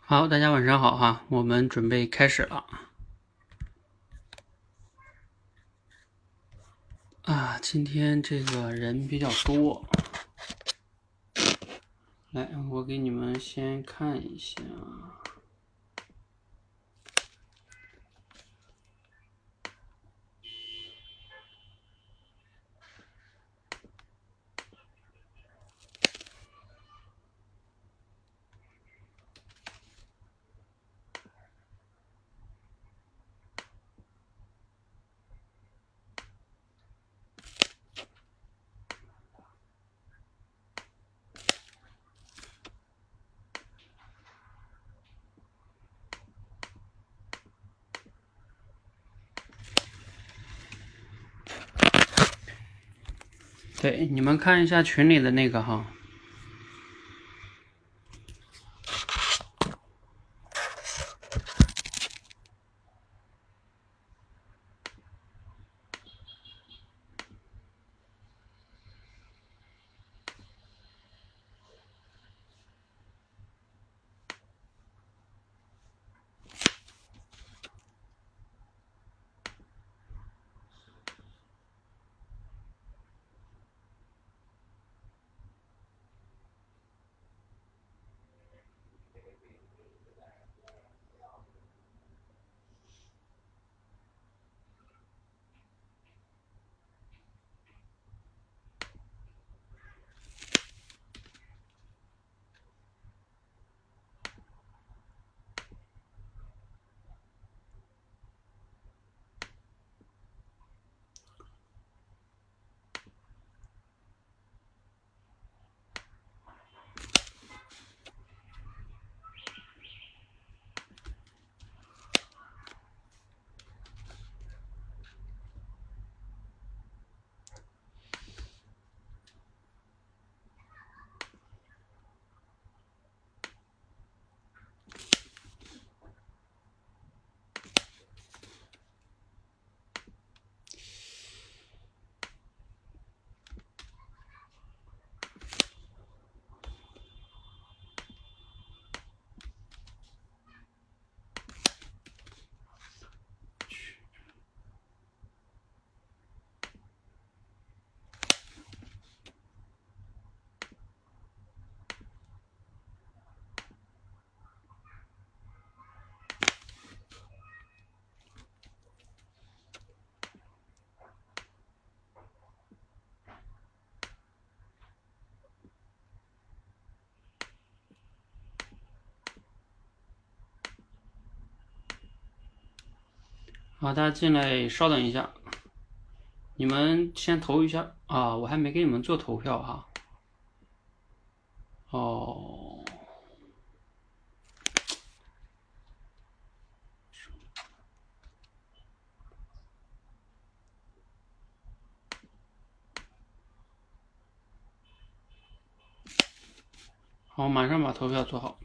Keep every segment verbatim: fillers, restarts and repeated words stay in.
好，大家晚上好哈，我们准备开始了。啊，今天这个人比较多，来，我给你们先看一下。对，你们看一下群里的那个哈。好，大家进来稍等一下，你们先投一下啊，我还没给你们做投票哈。哦，好，马上把投票做好。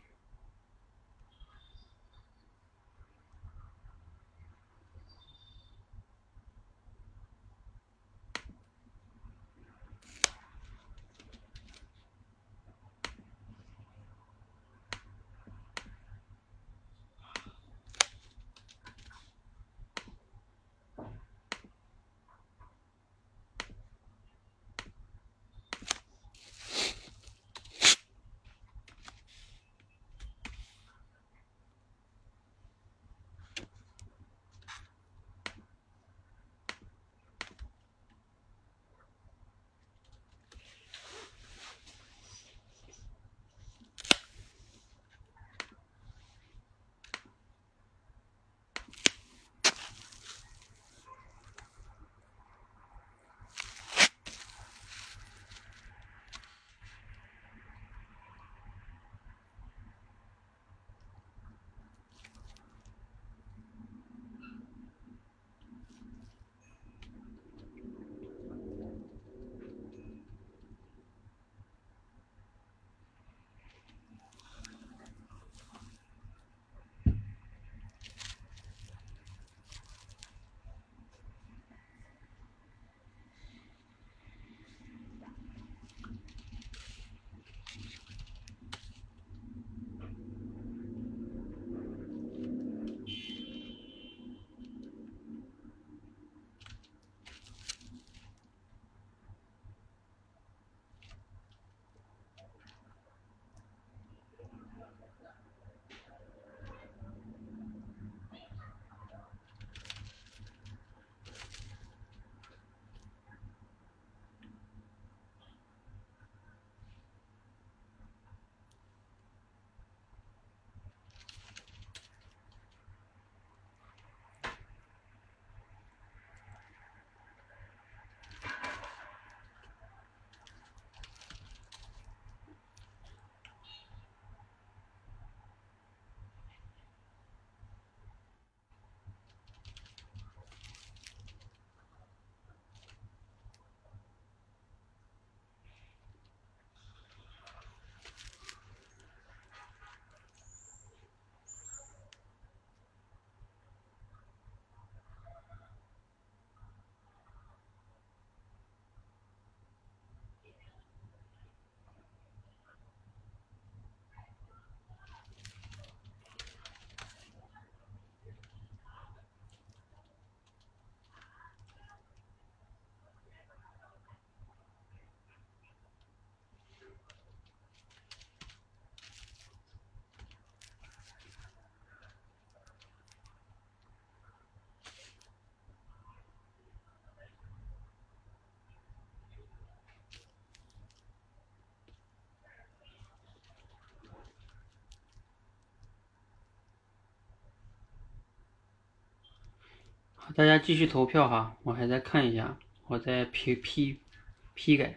大家继续投票哈，我还在看一下，我再批批批改。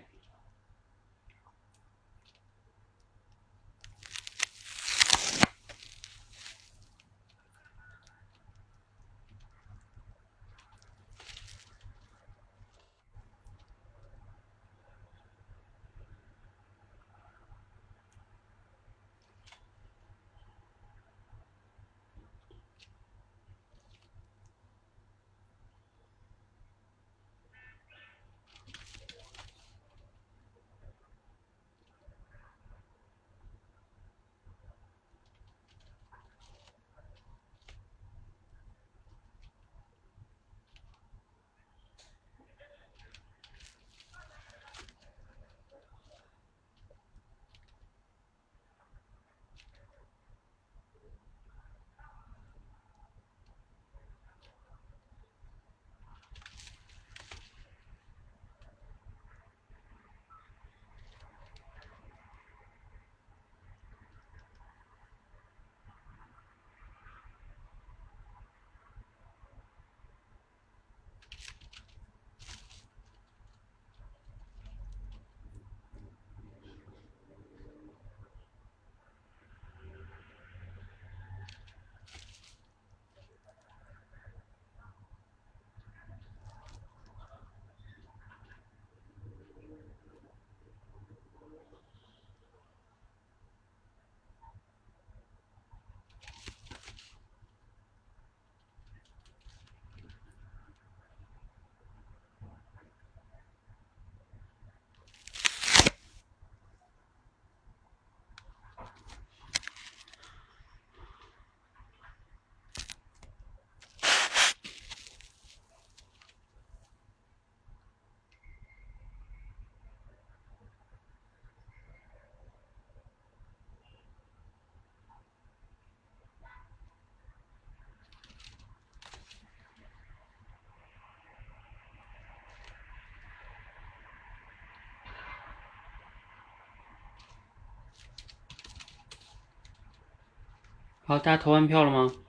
好，大家投完票了吗？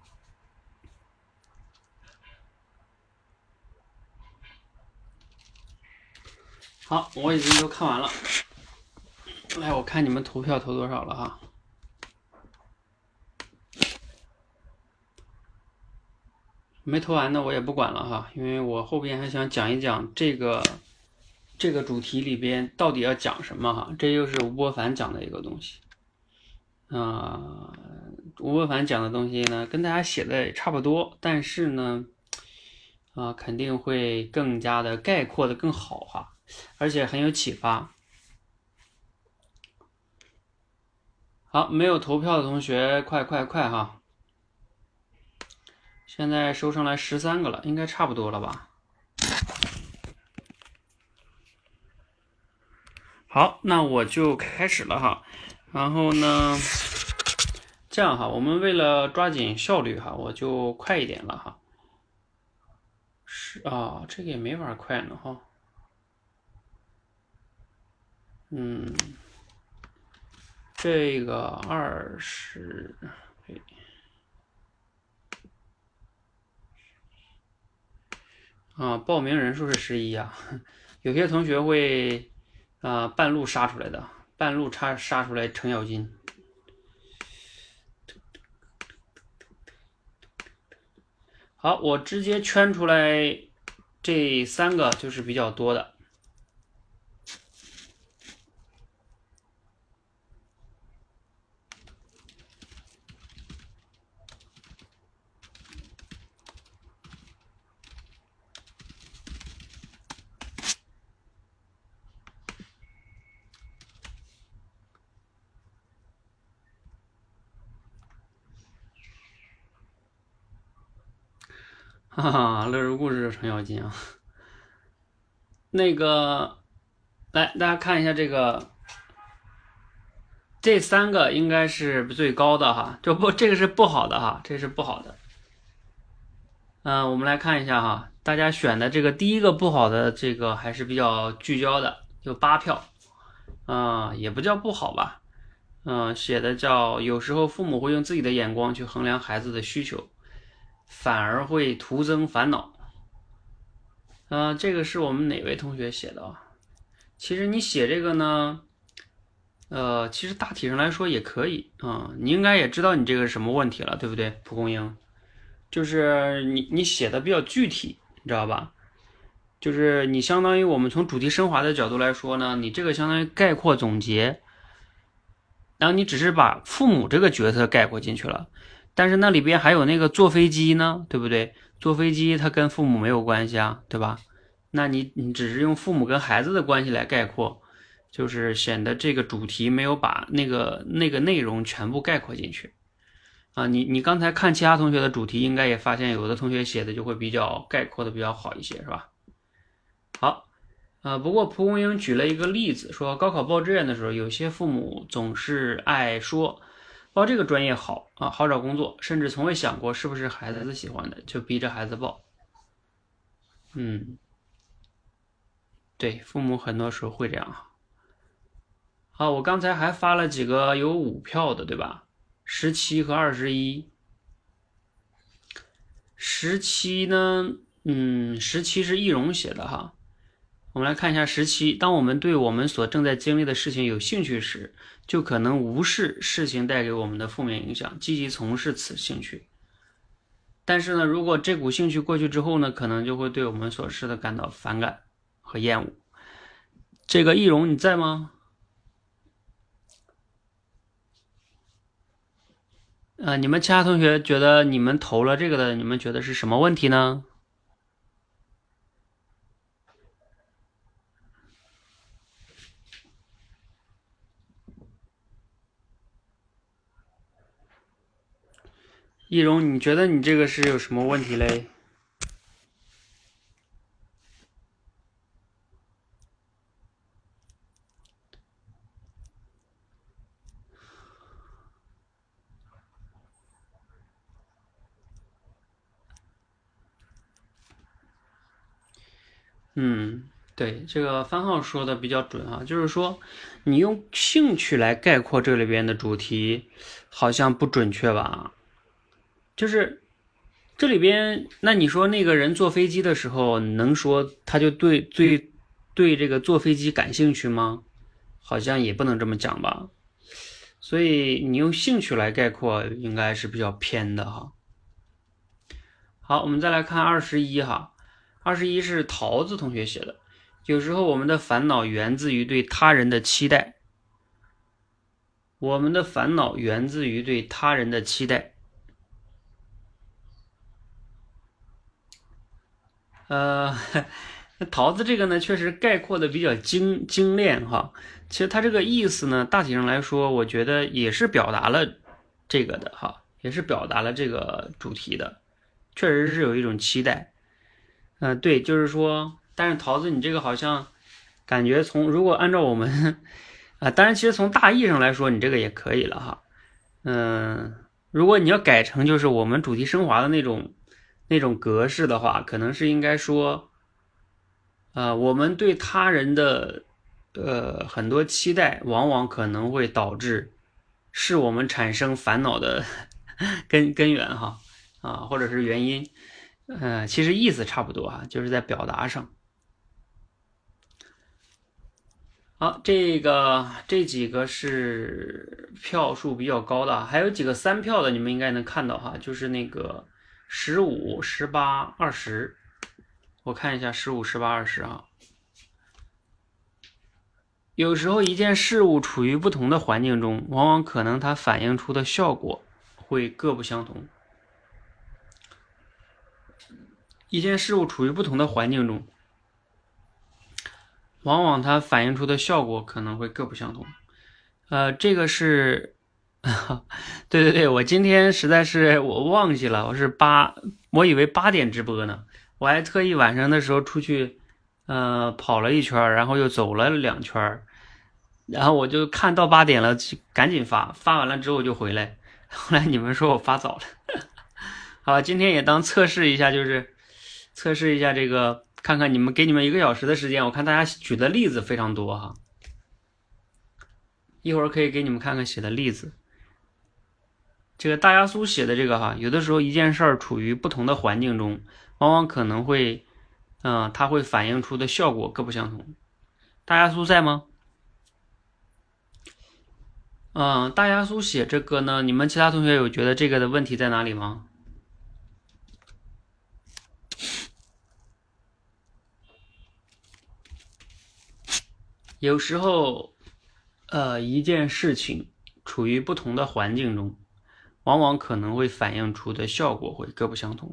好，我已经都看完了。来，我看你们投票投多少了哈。没投完的我也不管了哈，因为我后边还想讲一讲这个这个主题里边到底要讲什么哈。这又是吴伯凡讲的一个东西。啊、呃，吴伯凡讲的东西呢，跟大家写的也差不多，但是呢，啊、呃，肯定会更加的概括的更好哈，而且很有启发。好，没有投票的同学，快快快哈！现在收上来十三个了，应该差不多了吧？好，那我就开始了哈。然后呢，这样哈，我们为了抓紧效率哈，我就快一点了哈。是啊，这个也没法快呢哈。嗯，这个二十，啊，报名人数是十一啊。有些同学会啊、呃、半路杀出来的，半路杀杀出来程咬金。好，我直接圈出来这三个就是比较多的。哈哈，乐如故事程咬金啊。那个，来大家看一下这个，这三个应该是最高的哈，就不这个是不好的哈，这是不好的。嗯、呃，我们来看一下哈，大家选的这个第一个不好的这个还是比较聚焦的，有八票，啊、呃，也不叫不好吧，嗯、呃，写的叫有时候父母会用自己的眼光去衡量孩子的需求。 反而会徒增烦恼。呃，这个是我们哪位同学写的啊？其实你写这个呢，呃，其实大体上来说也可以啊、嗯。你应该也知道你这个是什么问题了，对不对？蒲公英，就是你你写的比较具体，你知道吧？就是你相当于我们从主题升华的角度来说呢，你这个相当于概括总结，然后你只是把父母这个角色概括进去了，但是那里边还有那个坐飞机呢，对不对？坐飞机它跟父母没有关系啊，对吧？那你你只是用父母跟孩子的关系来概括，就是显得这个主题没有把那个那个内容全部概括进去啊。你你刚才看其他同学的主题，应该也发现有的同学写的就会比较概括的比较好一些，是吧？好，呃，不过蒲公英举了一个例子，说高考报志愿的时候，有些父母总是爱说报这个专业好啊，好找工作，甚至从未想过是不是孩子喜欢的，就逼着孩子报。嗯，对，父母很多时候会这样。好，我刚才还发了几个有五票的，对吧？十七和二十一。十七呢，嗯，十七是易容写的哈。我们来看一下十七，当我们对我们所正在经历的事情有兴趣时，就可能无视事情带给我们的负面影响，积极从事此兴趣。但是呢，如果这股兴趣过去之后呢，可能就会对我们所事的感到反感和厌恶。这个易容你在吗？呃，你们其他同学觉得你们投了这个的，你们觉得是什么问题呢？易容，你觉得你这个是有什么问题嘞？嗯，对，这个番号说的比较准啊，就是说你用兴趣来概括这里边的主题，好像不准确吧？就是这里边，那你说那个人坐飞机的时候，能说他就对对对这个坐飞机感兴趣吗？好像也不能这么讲吧。所以你用兴趣来概括，应该是比较偏的哈。好，我们再来看二十一哈，二十一是桃子同学写的。有时候我们的烦恼源自于对他人的期待，我们的烦恼源自于对他人的期待。呃，桃子这个呢，确实概括的比较精精炼哈。其实它这个意思呢，大体上来说，我觉得也是表达了这个的哈，也是表达了这个主题的，确实是有一种期待。嗯、呃，对，就是说，但是桃子你这个好像感觉从如果按照我们啊，当然其实从大意上来说，你这个也可以了哈。嗯，如果你要改成就是我们主题升华的那种那种格式的话，可能是应该说，呃，我们对他人的呃很多期待，往往可能会导致是我们产生烦恼的根根源哈啊，或者是原因。呃，其实意思差不多哈，就是在表达上。好，这个这几个是票数比较高的，还有几个三票的，你们应该能看到哈，就是那个十五、十八、二十。我看一下十五、十八、二十啊。有时候一件事物处于不同的环境中，往往可能它反映出的效果会各不相同。一件事物处于不同的环境中，往往它反映出的效果可能会各不相同。呃，这个是，对对对，我今天实在是我忘记了，我是八，我以为八点直播呢，我还特意晚上的时候出去，呃，跑了一圈，然后又走了两圈，然后我就看到八点了，赶紧发，发完了之后就回来。后来你们说我发早了，好，今天也当测试一下，就是测试一下这个，看看你们给你们一个小时的时间，我看大家举的例子非常多哈。一会儿可以给你们看看写的例子。 这个大家苏写的这个哈，有的时候一件事儿处于不同的环境中，往往可能会，嗯、呃，它会反映出的效果各不相同。大家苏在吗？嗯、呃，大家苏写这个呢，你们其他同学有觉得这个的问题在哪里吗？有时候，呃，一件事情处于不同的环境中，往往可能会反映出的效果会各不相同。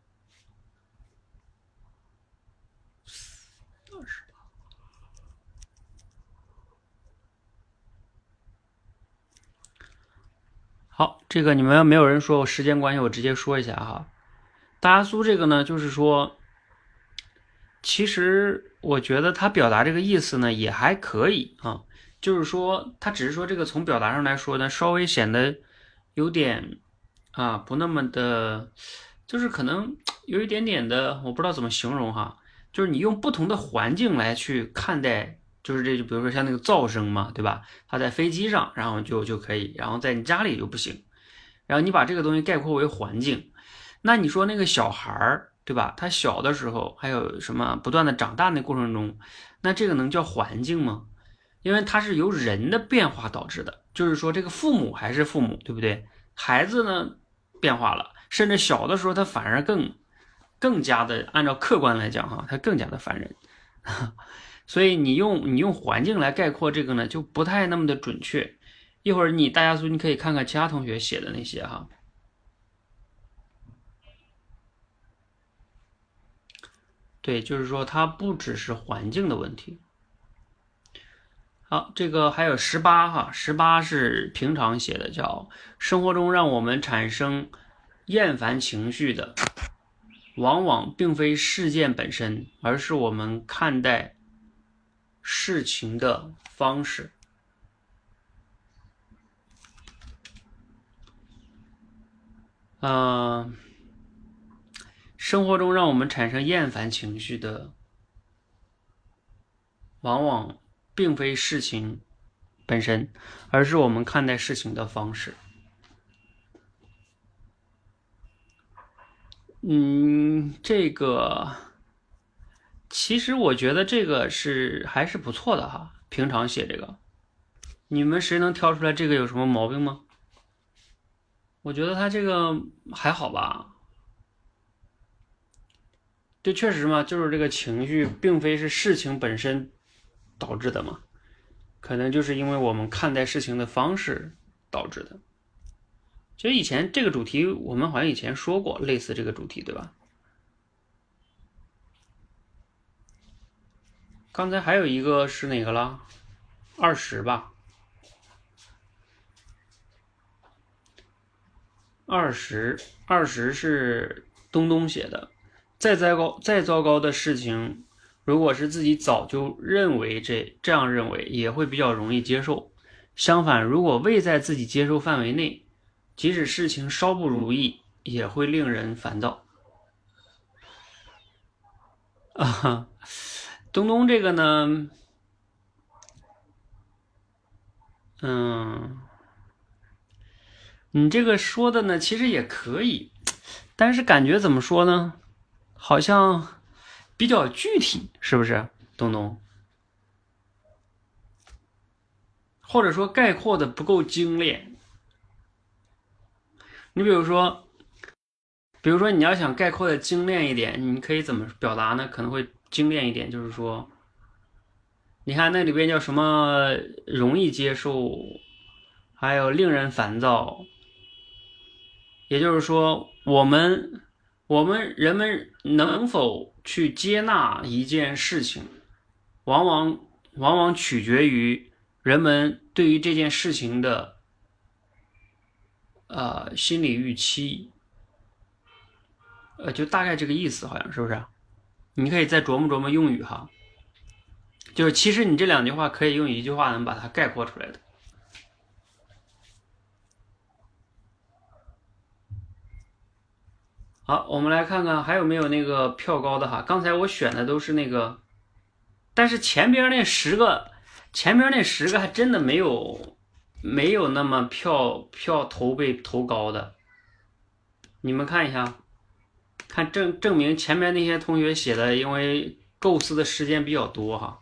好，这个你们没有人说，我时间关系我直接说一下哈。大家苏这个呢，就是说，其实我觉得他表达这个意思呢也还可以啊，就是说他只是说这个从表达上来说呢，稍微显得有点啊不那么的，就是可能有一点点的，我不知道怎么形容哈，就是你用不同的环境来去看待，就是这就比如说像那个噪声嘛，对吧？它在飞机上，然后就就可以，然后在你家里就不行，然后你把这个东西概括为环境，那你说那个小孩儿。对吧？他小的时候还有什么不断的长大的过程中，那这个能叫环境吗？因为它是由人的变化导致的，就是说这个父母还是父母，对不对？孩子呢变化了，甚至小的时候他反而更更加的按照客观来讲哈，他更加的烦人。所以你用你用环境来概括这个呢，就不太那么的准确。一会儿你大家说你可以看看其他同学写的那些哈。对，就是说它不只是环境的问题。好，这个还有十八哈，十八是平常写的，叫生活中让我们产生厌烦情绪的，往往并非事件本身，而是我们看待事情的方式。嗯、呃。生活中让我们产生厌烦情绪的，往往并非事情本身，而是我们看待事情的方式。嗯，这个其实我觉得这个是还是不错的哈。平常写这个，你们谁能挑出来这个有什么毛病吗？我觉得他这个还好吧。这确实嘛，就是这个情绪并非是事情本身导致的嘛，可能就是因为我们看待事情的方式导致的。其实以前这个主题我们好像以前说过类似这个主题，对吧？刚才还有一个是哪个了？二十吧。二十，二十是东东写的。再糟糕再糟糕的事情，如果是自己早就认为这这样认为，也会比较容易接受。相反，如果未在自己接受范围内，即使事情稍不如意，也会令人烦躁。啊，东东这个呢，嗯，你这个说的呢，其实也可以，但是感觉怎么说呢？好像比较具体，是不是，东东？或者说概括的不够精炼。你比如说，比如说你要想概括的精炼一点，你可以怎么表达呢？可能会精炼一点，就是说，你看那里边叫什么容易接受，还有令人烦躁。也就是说，我们我们人们能否去接纳一件事情，往往往往取决于人们对于这件事情的呃心理预期，呃就大概这个意思，好像是不是？你可以再琢磨琢磨用语哈，就是其实你这两句话可以用一句话能把它概括出来的。好，我们来看看还有没有那个票高的哈。刚才我选的都是那个，但是前边那十个，前边那十个还真的没有没有那么票票投被投高的。你们看一下，看证证明前面那些同学写的，因为构思的时间比较多哈。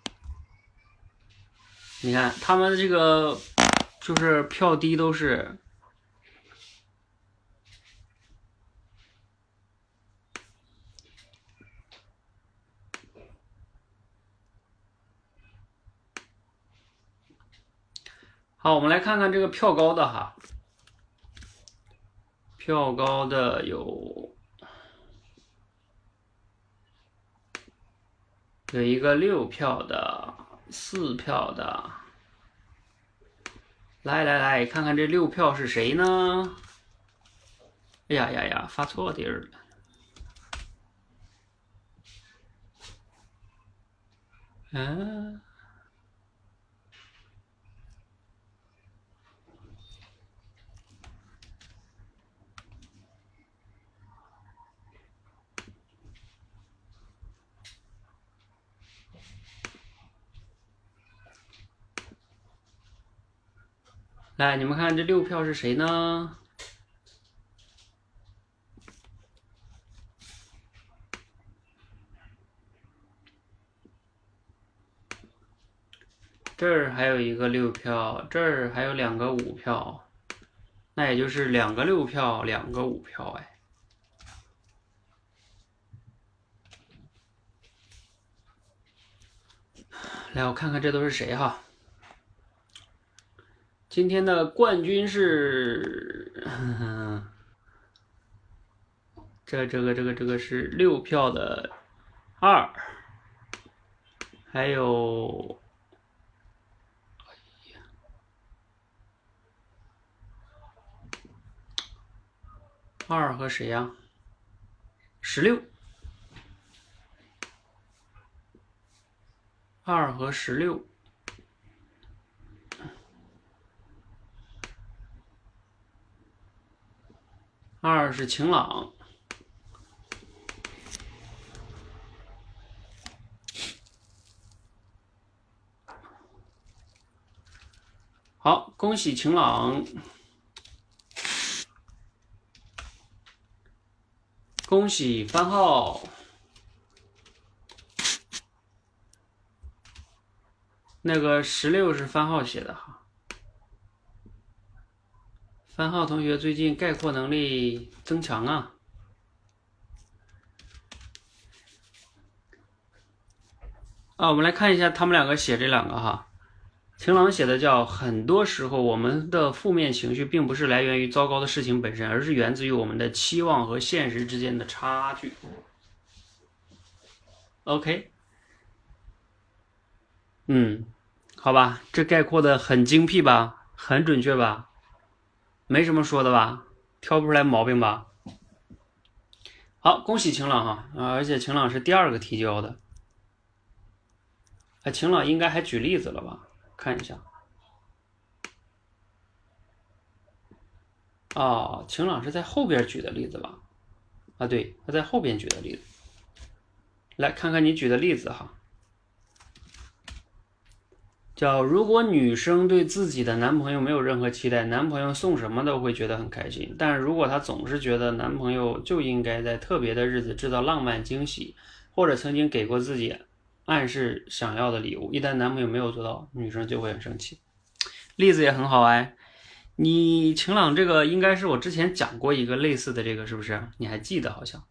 你看他们这个就是票低都是。好，我们来看看这个票高的哈，票高的有有一个六票的，四票的，来来来看看这六票是谁呢？哎呀呀呀，发错地儿了。嗯。来，你们看这六票是谁呢？这儿还有一个六票，这儿还有两个五票，那也就是两个六票，两个五票哎。来，我看看这都是谁哈。今天的冠军是，呵呵这这个这个这个是六票的二，还有二和谁呀？十六，二和十六。二是晴朗，好，恭喜晴朗，恭喜番号，那个十六是番号写的哈。番号同学最近概括能力增强啊。啊，我们来看一下他们两个写这两个哈。晴朗写的叫很多时候我们的负面情绪并不是来源于糟糕的事情本身，而是源自于我们的期望和现实之间的差距。OK， 嗯，好吧，这概括的很精辟吧，很准确吧，没什么说的吧，挑不出来毛病吧。好，恭喜晴朗哈啊！而且晴朗是第二个提交的。哎，晴朗应该还举例子了吧？看一下。哦，晴朗是在后边举的例子吧？啊，对，他在后边举的例子。来看看你举的例子哈，叫如果女生对自己的男朋友没有任何期待，男朋友送什么都会觉得很开心。但如果她总是觉得男朋友就应该在特别的日子制造浪漫惊喜，或者曾经给过自己暗示想要的礼物，一旦男朋友没有做到，女生就会很生气。例子也很好哎，你晴朗这个应该是我之前讲过一个类似的这个，是不是？你还记得好像？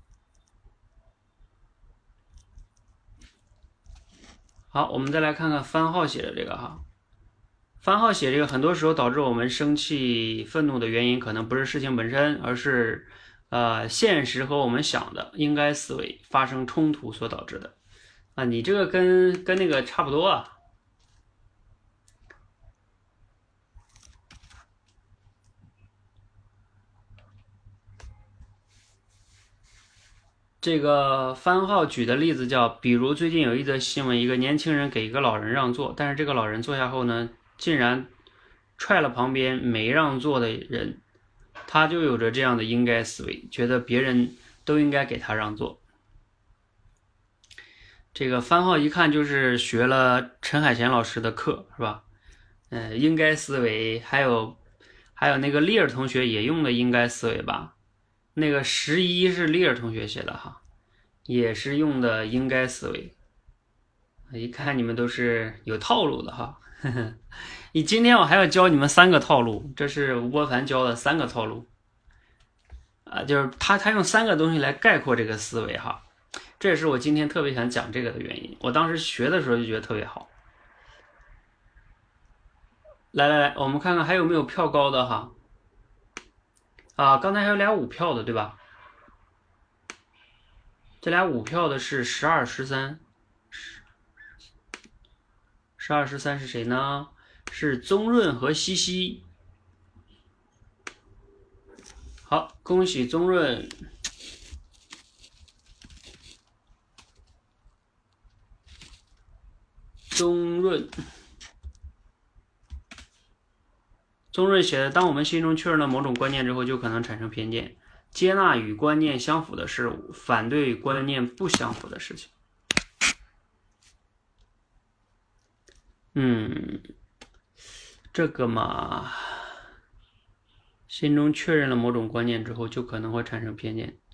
好，我们再来看看番号写的这个哈。番号写这个，很多时候导致我们生气、愤怒的原因，可能不是事情本身，而是呃现实和我们想的应该思维发生冲突所导致的。啊，你这个跟跟那个差不多啊。这个番号举的例子叫，比如最近有一则新闻，一个年轻人给一个老人让座，但是这个老人坐下后呢，竟然踹了旁边没让座的人，他就有着这样的应该思维，觉得别人都应该给他让座。这个番号一看就是学了陈海贤老师的课，是吧？ 呃，应该思维，还有还有那个利尔同学也用的应该思维吧？那个十一是利尔同学写的哈，也是用的应该思维。一看你们都是有套路的哈。你今天我还要教你们三个套路，这是吴伯凡教的三个套路啊，就是他他用三个东西来概括这个思维哈，这也是我今天特别想讲这个的原因。我当时学的时候就觉得特别好。来来来，我们看看还有没有票高的哈。啊，刚才还有俩五票的对吧？这俩五票的是十二十三，十二十三是谁呢？是宗润和西西。好，恭喜宗润。宗润，宗润写的，当我们心中确认了某种观念之后，就可能产生偏见。接纳与观念相符的事物，反对与观念不相符的事情。嗯，这个嘛，心中确认了某种观念之后，就可能会产生偏见。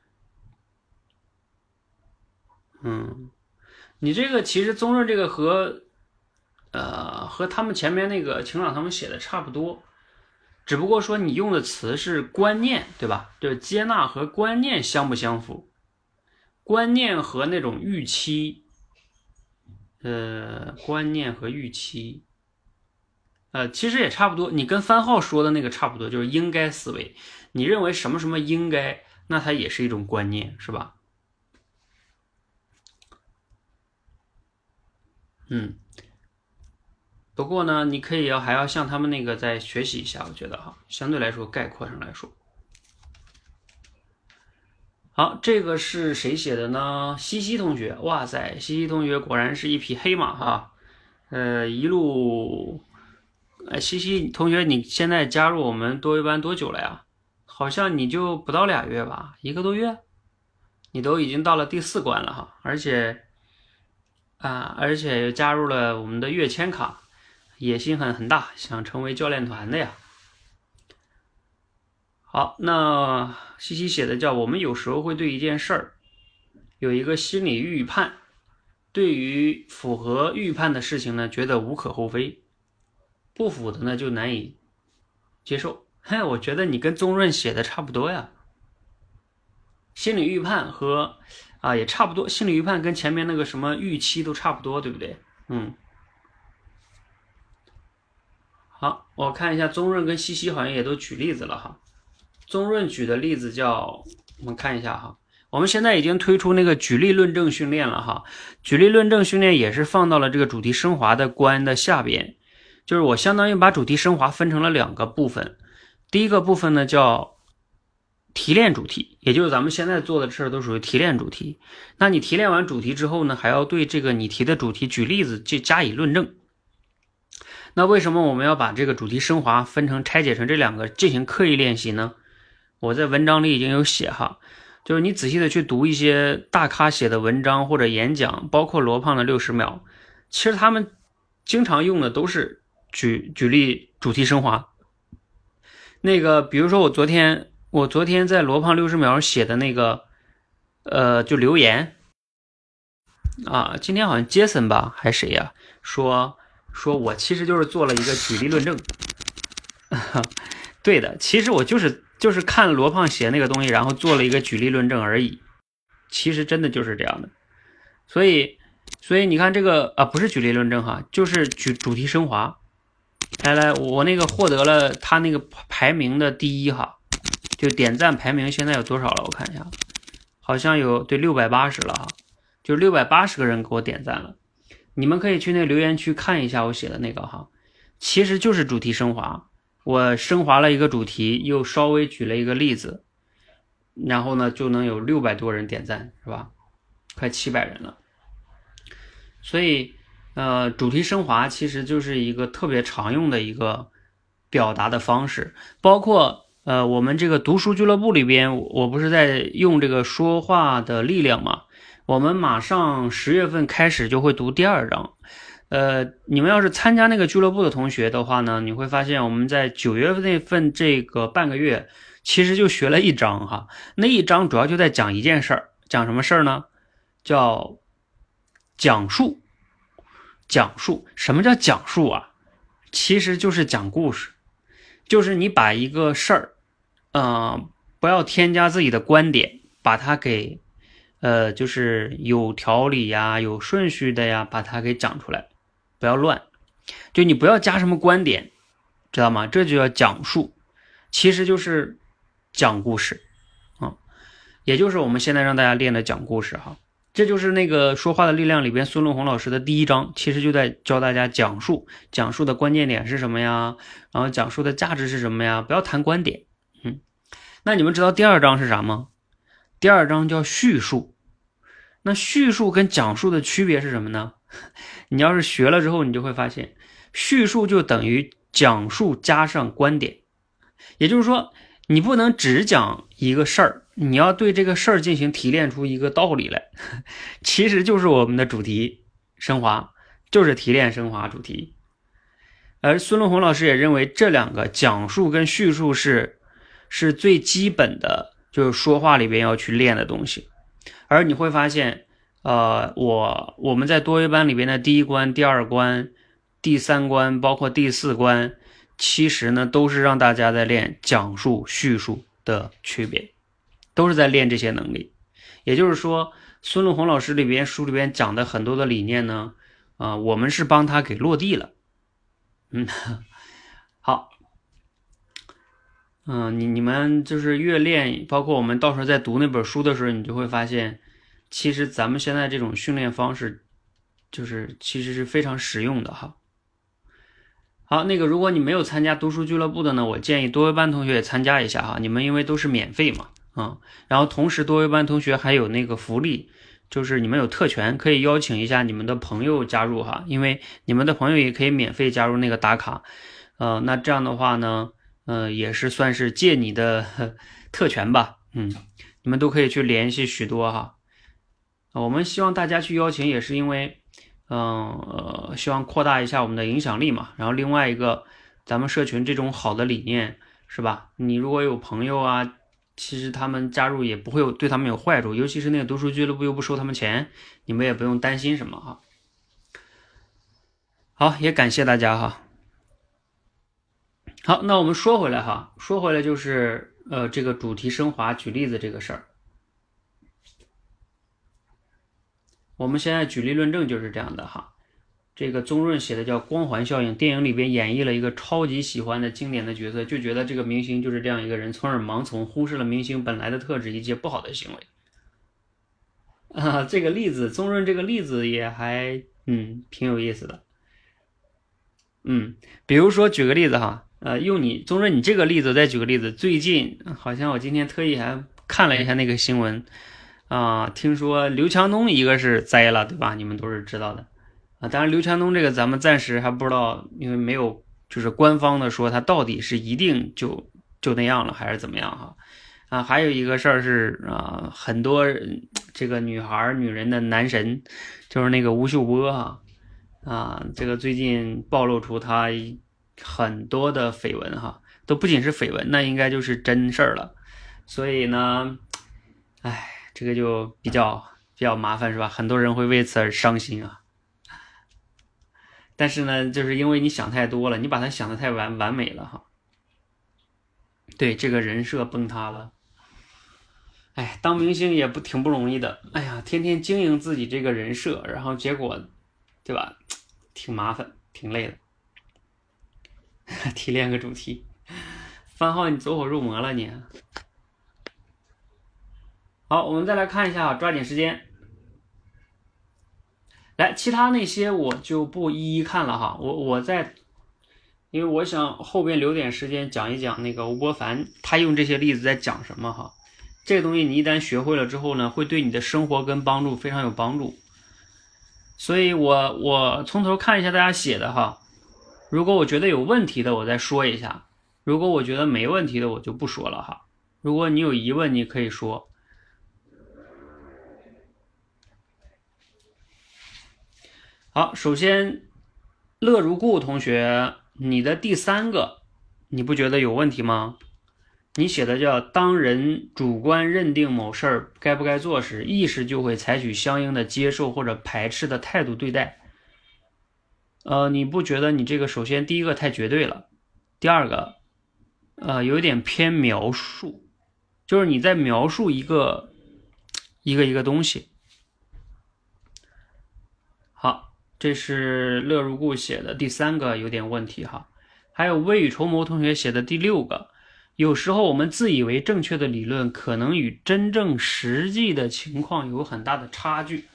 嗯，你这个其实宗润这个和呃和他们前面那个晴朗他们写的差不多，只不过说你用的词是观念，对吧？就是接纳和观念相不相符？观念和那种预期，呃，观念和预期，呃，其实也差不多。你跟番号说的那个差不多，就是应该思维。你认为什么什么应该，那它也是一种观念，是吧？嗯。不过呢，你可以要还要向他们那个再学习一下，我觉得哈，相对来说概括上来说。好，这个是谁写的呢？西西同学，哇塞，西西同学果然是一匹黑马哈，呃，一路，呃，西西同学，你现在加入我们多维班多久了呀？好像你就不到俩月吧，一个多月，你都已经到了第四关了哈，而且啊，而且又加入了我们的跃迁卡。野心很很大，想成为教练团的呀。好，那西西写的叫我们有时候会对一件事儿有一个心理预判，对于符合预判的事情呢，觉得无可厚非，不符的呢就难以接受。嘿，我觉得你跟宗润写的差不多呀。心理预判和啊也差不多，心理预判跟前面那个什么预期都差不多，对不对？嗯。好，我看一下宗润跟西西好像也都举例子了哈。宗润举的例子叫，我们看一下哈，我们现在已经推出那个举例论证训练了哈。举例论证训练也是放到了这个主题升华的关的下边，就是我相当于把主题升华分成了两个部分。第一个部分呢叫提炼主题，也就是咱们现在做的事儿都属于提炼主题。那你提炼完主题之后呢，还要对这个你提的主题举例子去加以论证。那为什么我们要把这个主题升华分成拆解成这两个进行刻意练习呢？我在文章里已经有写哈，就是你仔细的去读一些大咖写的文章或者演讲，包括罗胖的六十秒，其实他们经常用的都是举举例主题升华。那个比如说我昨天我昨天在罗胖六十秒写的那个呃就留言啊，今天好像杰森吧还是谁呀、啊、说说我其实就是做了一个举例论证。对的，其实我就是就是看罗胖写那个东西，然后做了一个举例论证而已。其实真的就是这样的。所以所以你看这个啊，不是举例论证哈，就是举主题升华。来来，我那个获得了他那个排名的第一哈，就点赞排名现在有多少了？我看一下，好像有对六百八十了哈，就六百八十个人给我点赞了。你们可以去那留言区看一下我写的那个哈，其实就是主题升华，我升华了一个主题，又稍微举了一个例子，然后呢就能有六百多人点赞，是吧？快七百人了。所以呃，主题升华其实就是一个特别常用的一个表达的方式，包括呃我们这个读书俱乐部里边，我不是在用这个说话的力量吗？我们马上十月份开始就会读第二章， 呃，你们要是参加那个俱乐部的同学的话呢，你会发现我们在九月份那份这个半个月，其实就学了一章哈。那一章主要就在讲一件事儿，讲什么事儿呢？叫讲述。讲述，什么叫讲述啊？其实就是讲故事，就是你把一个事儿，呃，不要添加自己的观点，把它给，呃，就是有条理呀，有顺序的呀，把它给讲出来，不要乱，就你不要加什么观点，知道吗？这就叫讲述，其实就是讲故事啊、嗯，也就是我们现在让大家练的讲故事哈。这就是那个说话的力量里边孙论红老师的第一章，其实就在教大家讲述，讲述的关键点是什么呀？然后讲述的价值是什么呀？不要谈观点。嗯，那你们知道第二章是啥吗？第二章叫叙述。那叙述跟讲述的区别是什么呢？你要是学了之后，你就会发现，叙述就等于讲述加上观点，也就是说，你不能只讲一个事儿。你要对这个事儿进行提炼出一个道理来，其实就是我们的主题升华，就是提炼升华主题。而孙论红老师也认为这两个讲述跟叙述是是最基本的，就是说话里边要去练的东西。而你会发现，呃，我我们在多维班里边的第一关、第二关、第三关，包括第四关，其实呢都是让大家在练讲述、叙述的区别。都是在练这些能力，也就是说，孙论红老师里边书里边讲的很多的理念呢，啊、呃，我们是帮他给落地了。嗯，好，嗯、呃，你你们就是越练，包括我们到时候在读那本书的时候，你就会发现，其实咱们现在这种训练方式，就是其实是非常实用的哈。好，那个如果你没有参加读书俱乐部的呢，我建议多维班同学也参加一下哈，你们因为都是免费嘛。啊、嗯，然后同时多维班同学还有那个福利，就是你们有特权，可以邀请一下你们的朋友加入哈，因为你们的朋友也可以免费加入那个打卡，呃，那这样的话呢，呃，也是算是借你的特权吧，嗯，你们都可以去联系许多哈，我们希望大家去邀请，也是因为，嗯呃，希望扩大一下我们的影响力嘛，然后另外一个，咱们社群这种好的理念是吧？你如果有朋友啊。其实他们加入也不会有对他们有坏处，尤其是那个读书俱乐部又不收他们钱，你们也不用担心什么哈。好，也感谢大家哈。好，那我们说回来哈，说回来就是呃这个主题升华举例子这个事儿。我们现在举例论证就是这样的哈。这个宗润写的叫光环效应，电影里边演绎了一个超级喜欢的经典的角色，就觉得这个明星就是这样一个人，从而盲从，忽视了明星本来的特质以及不好的行为。啊，这个例子，宗润这个例子也还嗯挺有意思的。嗯，比如说举个例子哈，呃，用你宗润你这个例子再举个例子，最近好像我今天特意还看了一下那个新闻啊、呃，听说刘强东一个是栽了，对吧？你们都是知道的。啊，当然刘强东这个咱们暂时还不知道，因为没有就是官方的说他到底是一定就就那样了还是怎么样哈。啊，还有一个事儿是啊，很多这个女孩女人的男神就是那个吴秀波哈啊，这个最近暴露出他很多的绯闻哈，都不仅是绯闻，那应该就是真事儿了。所以呢，哎，这个就比较比较麻烦是吧？很多人会为此而伤心啊。但是呢，就是因为你想太多了，你把它想得太完完美了哈。对，这个人设崩塌了。哎，当明星也不挺不容易的。哎呀，天天经营自己这个人设，然后结果，对吧？挺麻烦，挺累的。提炼个主题，番号你走火入魔了你。好，我们再来看一下，抓紧时间。来，其他那些我就不一一看了哈，我我在，因为我想后边留点时间讲一讲那个吴伯凡他用这些例子在讲什么哈，这个东西你一旦学会了之后呢，会对你的生活跟帮助非常有帮助，所以我我从头看一下大家写的哈，如果我觉得有问题的我再说一下，如果我觉得没问题的我就不说了哈，如果你有疑问你可以说。好，首先乐如故同学，你的第三个，你不觉得有问题吗？你写的叫当人主观认定某事儿该不该做时，意识就会采取相应的接受或者排斥的态度对待。呃，你不觉得你这个首先第一个太绝对了，第二个，呃，有点偏描述，就是你在描述一个一个一个东西。好，这是乐如故写的第三个有点问题哈。还有未雨绸缪同学写的第六个，有时候我们自以为正确的理论，可能与真正实际的情况有很大的差距。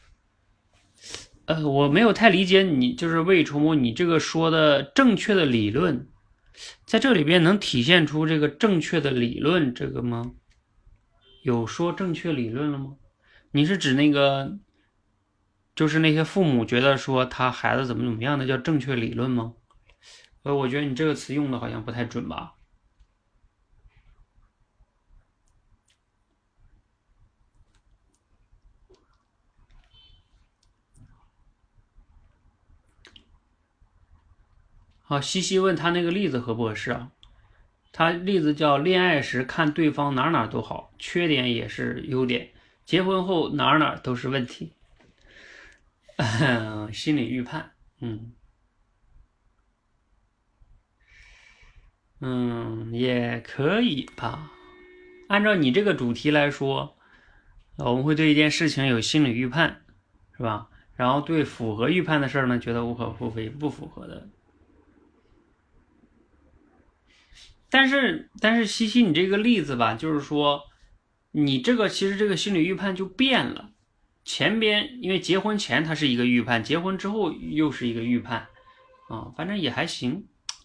呃，我没有太理解你，就是未雨绸缪，你这个说的正确的理论，在这里边能体现出这个正确的理论这个吗？有说正确理论了吗？你是指那个，就是那些父母觉得说他孩子怎么怎么样的叫正确理论吗？呃，我觉得你这个词用的好像不太准吧。好，西西问他那个例子合不合适啊？他例子叫恋爱时看对方哪哪都好，缺点也是优点，结婚后哪哪都是问题。心理预判，嗯嗯，也可以吧。按照你这个主题来说，我们会对一件事情有心理预判，是吧？然后对符合预判的事儿呢，觉得无可厚非；不符合的，但是但是西西，你这个例子吧，就是说，你这个其实这个心理预判就变了。前边因为结婚前它是一个预判，结婚之后又是一个预判，啊，反正也还行。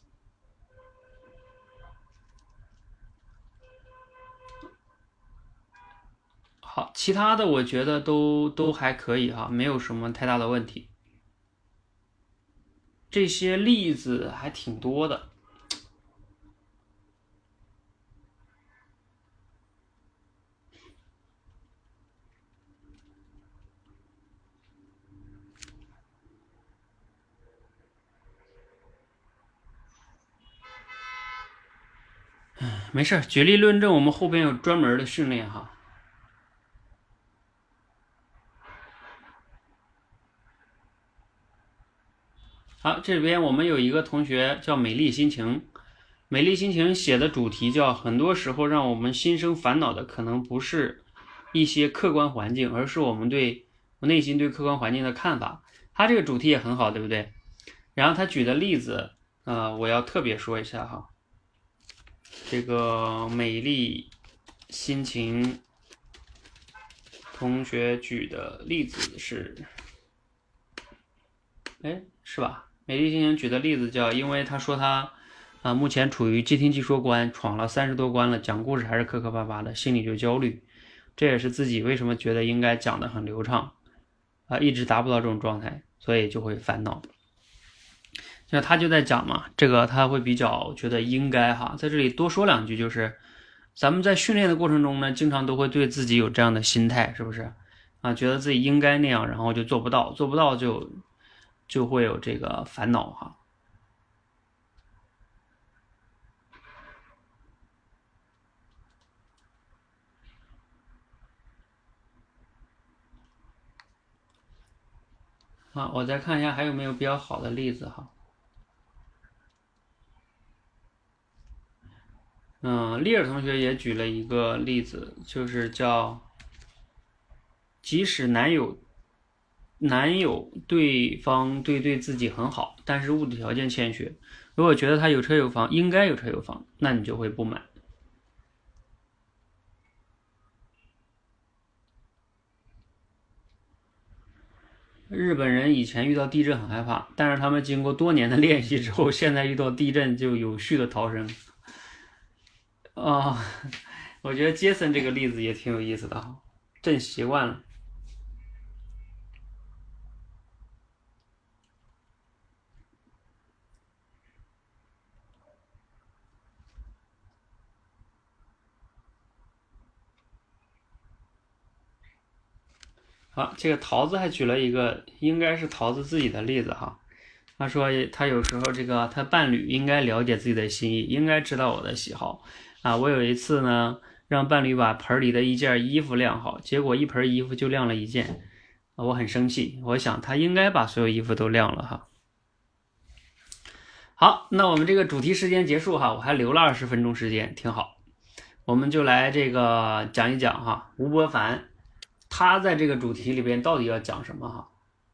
好，其他的我觉得都都还可以哈，没有什么太大的问题。这些例子还挺多的。没事，举例论证我们后边有专门的训练哈。好，这边我们有一个同学叫美丽心情，美丽心情写的主题叫很多时候让我们心生烦恼的可能不是一些客观环境，而是我们对内心对客观环境的看法。他这个主题也很好，对不对？然后他举的例子，呃，我要特别说一下哈。这个美丽心情同学举的例子是，哎，是吧？美丽心情举的例子叫，因为他说他啊目前处于接听技说关，闯了三十多关了，讲故事还是磕磕巴巴的，心里就焦虑。这也是自己为什么觉得应该讲得很流畅啊，一直达不到这种状态，所以就会烦恼。那他就在讲嘛，这个他会比较觉得应该哈，在这里多说两句，就是咱们在训练的过程中呢，经常都会对自己有这样的心态，是不是啊？觉得自己应该那样，然后就做不到，做不到就就会有这个烦恼哈。啊，我再看一下还有没有比较好的例子哈。嗯，丽尔同学也举了一个例子，就是叫即使男友男友对方对对自己很好，但是物质条件欠缺，如果觉得他有车有房，应该有车有房，那你就会不满。日本人以前遇到地震很害怕，但是他们经过多年的练习之后，现在遇到地震就有序的逃生。啊、哦，我觉得杰森这个例子也挺有意思的哈，震习惯了。好，这个桃子还举了一个，应该是桃子自己的例子哈。 他说他有时候这个他伴侣应该了解自己的心意，应该知道我的喜好啊。我有一次呢，让伴侣把盆里的一件衣服晾好，结果一盆衣服就晾了一件，我很生气。我想他应该把所有衣服都晾了哈。好，那我们这个主题时间结束哈，我还留了二十分钟时间，挺好。我们就来这个讲一讲哈，吴伯凡他在这个主题里边到底要讲什么哈？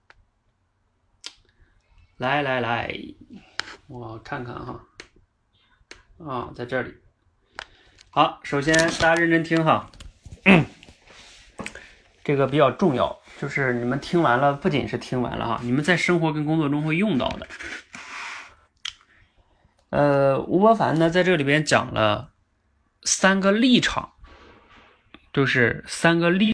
来来来，我看看哈，啊，在这里。好，首先大家认真听哈，这个比较重要，就是你们听完了，不仅是听完了哈，你们在生活跟工作中会用到的。呃，吴伯凡呢在这里边讲了三个立场，就是三个立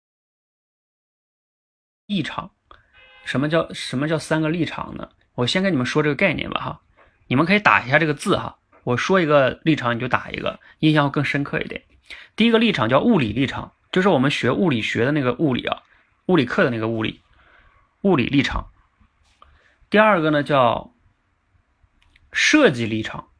立场。什么叫什么叫三个立场呢？我先跟你们说这个概念吧哈，你们可以打一下这个字哈，我说一个立场你就打一个，印象会更深刻一点。第一个立场叫物理立场，就是我们学物理学的那个物理啊，物理课的那个物理，物理立场。第二个呢叫设计立场，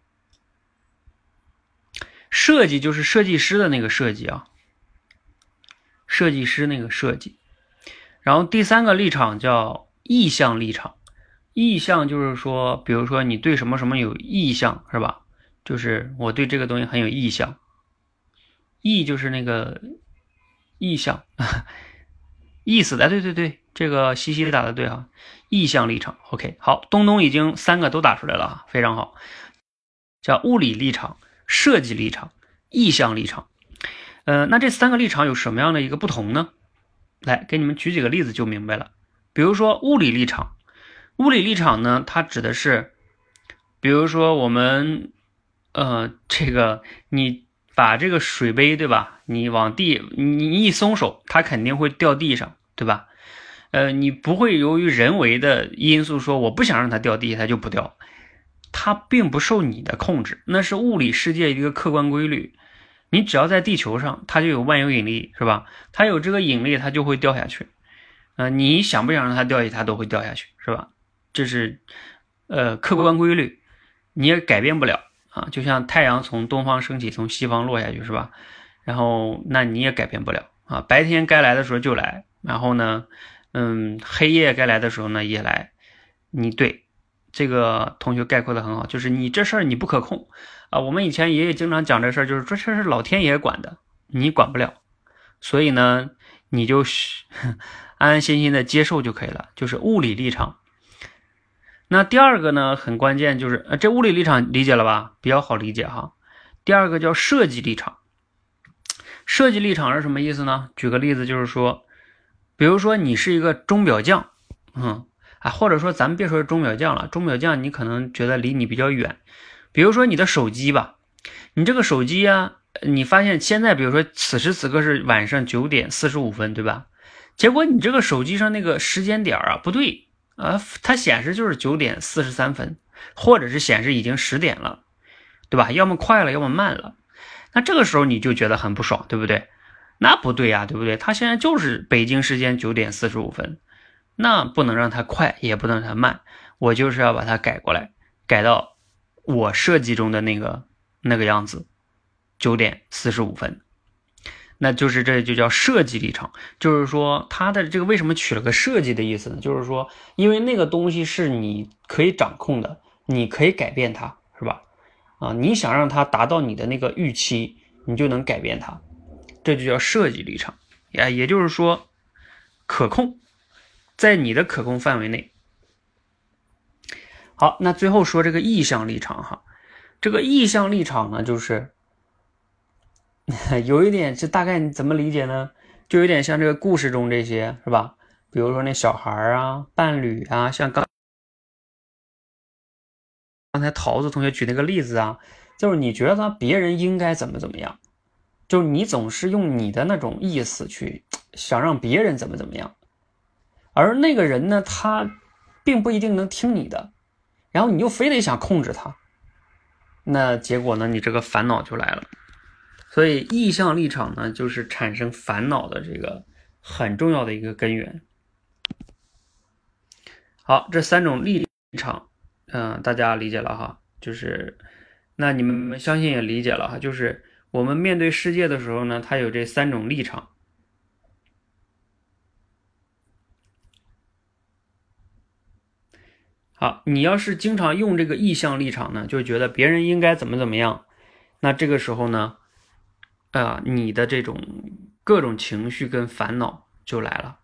设计就是设计师的那个设计啊，设计师那个设计。然后第三个立场叫意向立场，意向就是说，比如说你对什么什么有意向是吧？就是我对这个东西很有意向，意就是那个意向，意思的，对对对，这个西西打的对哈，意向立场。OK， 好，东东已经三个都打出来了，非常好，叫物理立场、设计立场、意向立场。呃，那这三个立场有什么样的一个不同呢？来给你们举几个例子就明白了。比如说物理立场，物理立场呢，它指的是，比如说我们呃这个你把这个水杯对吧，你往地你一松手，它肯定会掉地上对吧？呃，你不会由于人为的因素说我不想让它掉地，它就不掉，它并不受你的控制，那是物理世界一个客观规律。你只要在地球上，它就有万有引力，是吧？它有这个引力，它就会掉下去。呃，你想不想让它掉下去，它都会掉下去，是吧？这是呃客观规律，你也改变不了啊。就像太阳从东方升起，从西方落下去，是吧？然后那你也改变不了啊。白天该来的时候就来，然后呢，嗯，黑夜该来的时候呢也来。你对这个同学概括的很好，就是你这事儿你不可控。啊，我们以前爷爷经常讲这事儿，就是这事儿是老天爷管的，你管不了，所以呢，你就安安心心的接受就可以了，就是物理立场。那第二个呢，很关键，就是呃，这物理立场理解了吧？比较好理解哈。第二个叫设计立场，设计立场是什么意思呢？举个例子，就是说，比如说你是一个钟表匠，嗯啊，或者说咱们别说是钟表匠了，钟表匠你可能觉得离你比较远。比如说你的手机吧，你这个手机啊，你发现现在比如说此时此刻是晚上九点四十五分，对吧？结果你这个手机上那个时间点啊不对啊，它显示就是九点四十三分，或者是显示已经十点了，对吧？要么快了，要么慢了。那这个时候你就觉得很不爽，对不对？那不对呀，对不对？它现在就是北京时间九点四十五分，那不能让它快，也不能让它慢，我就是要把它改过来，改到我设计中的那个那个样子，九点四十五分，那就是这就叫设计立场。就是说它的这个为什么取了个设计的意思呢？就是说因为那个东西是你可以掌控的，你可以改变它，是吧？啊，你想让它达到你的那个预期，你就能改变它，这就叫设计立场。呀，也就是说可控，在你的可控范围内。好，那最后说这个意向立场哈，这个意向立场呢，就是有一点，这大概你怎么理解呢？就有点像这个故事中这些，是吧？比如说那小孩啊、伴侣啊，像刚刚才桃子同学举那个例子啊，就是你觉得别人应该怎么怎么样，就是你总是用你的那种意思去想让别人怎么怎么样，而那个人呢，他并不一定能听你的。然后你又非得想控制它，那结果呢，你这个烦恼就来了。所以意向立场呢，就是产生烦恼的这个很重要的一个根源。好，这三种立场，嗯、呃，大家理解了哈，就是那你们相信也理解了哈，就是我们面对世界的时候呢，它有这三种立场。好，你要是经常用这个意向立场呢，就觉得别人应该怎么怎么样，那这个时候呢，啊、呃，你的这种各种情绪跟烦恼就来了。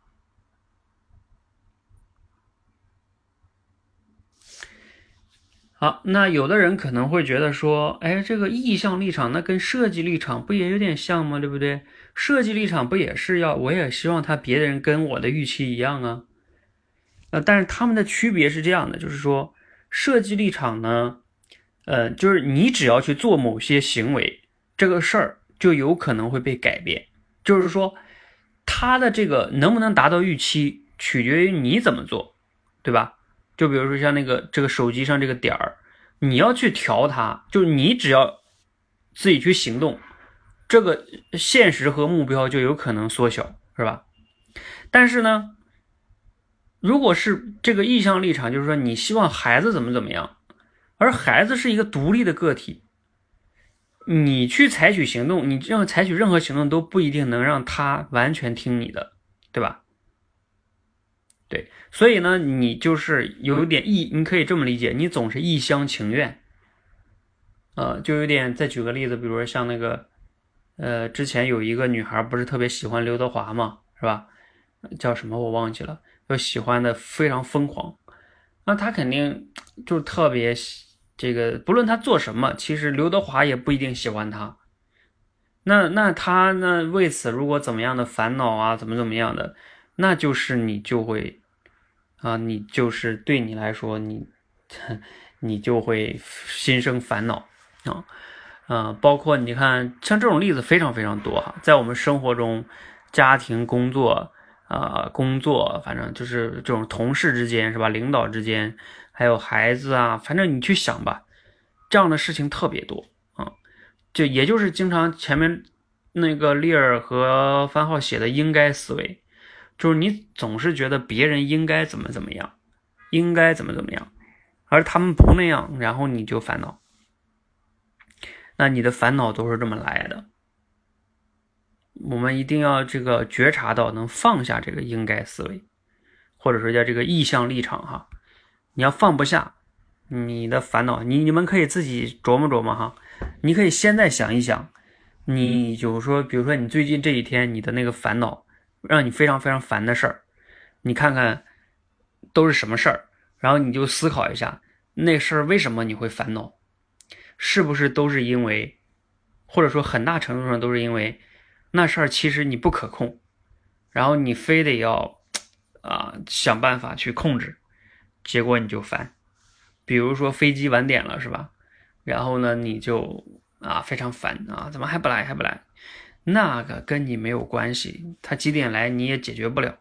好，那有的人可能会觉得说，哎，这个意向立场那跟设计立场不也有点像吗？对不对？设计立场不也是要，我也希望他别人跟我的预期一样啊。呃，但是他们的区别是这样的，就是说设计立场呢，呃，就是你只要去做某些行为，这个事儿就有可能会被改变。就是说，他的这个能不能达到预期，取决于你怎么做，对吧？就比如说像那个这个手机上这个点儿，你要去调它，就是你只要自己去行动，这个现实和目标就有可能缩小，是吧？但是呢，如果是这个意向立场，就是说你希望孩子怎么怎么样，而孩子是一个独立的个体，你去采取行动，你任何采取任何行动都不一定能让他完全听你的，对吧？对，所以呢，你就是有点一，你可以这么理解，你总是一厢情愿，呃，就有点。再举个例子，比如说像那个，呃，之前有一个女孩不是特别喜欢刘德华嘛，是吧？叫什么我忘记了，就喜欢的非常疯狂，那她肯定就特别这个，不论她做什么，其实刘德华也不一定喜欢她。那那他呢？为此如果怎么样的烦恼啊，怎么怎么样的，那就是你就会啊，你就是对你来说，你你就会心生烦恼啊啊，包括你看，像这种例子非常非常多哈，在我们生活中，家庭、工作啊，工作，反正就是这种同事之间是吧，领导之间，还有孩子啊，反正你去想吧，这样的事情特别多啊。就也就是经常前面那个利尔和番号写的应该思维，就是你总是觉得别人应该怎么怎么样，应该怎么怎么样，而他们不那样，然后你就烦恼，那你的烦恼都是这么来的。我们一定要这个觉察到，能放下这个应该思维，或者说叫这个意向立场哈。你要放不下你的烦恼，你你们可以自己琢磨琢磨哈。你可以现在想一想，你就是说，比如说你最近这几天你的那个烦恼，让你非常非常烦的事儿，你看看都是什么事儿，然后你就思考一下，那事儿为什么你会烦恼，是不是都是因为，或者说很大程度上都是因为那事儿其实你不可控，然后你非得要啊、呃、想办法去控制，结果你就烦。比如说飞机晚点了是吧？然后呢，你就啊非常烦啊，怎么还不来还不来？那个跟你没有关系，他几点来你也解决不了。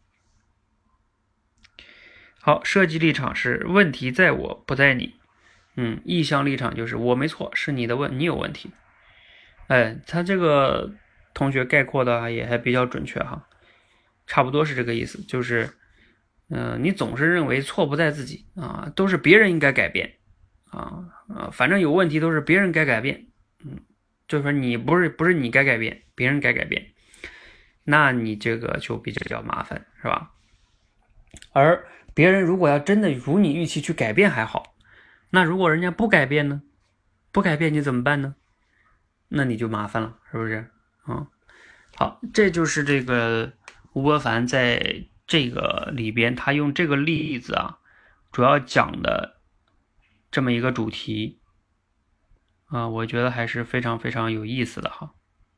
好，设计立场是问题在我不在你，嗯，意向立场就是我没错，是你的问你有问题。哎，他这个同学概括的也还比较准确哈，差不多是这个意思，就是，嗯、呃，你总是认为错不在自己啊，都是别人应该改变啊啊，反正有问题都是别人该改变，嗯，就是说你不是不是你该改变，别人该改变，那你这个就比较麻烦，是吧？而别人如果要真的如你预期去改变还好，那如果人家不改变呢？不改变你怎么办呢？那你就麻烦了，是不是？嗯，好，这就是这个吴伯凡在这个里边，他用这个例子啊，主要讲的这么一个主题啊，我觉得还是非常非常有意思的哈。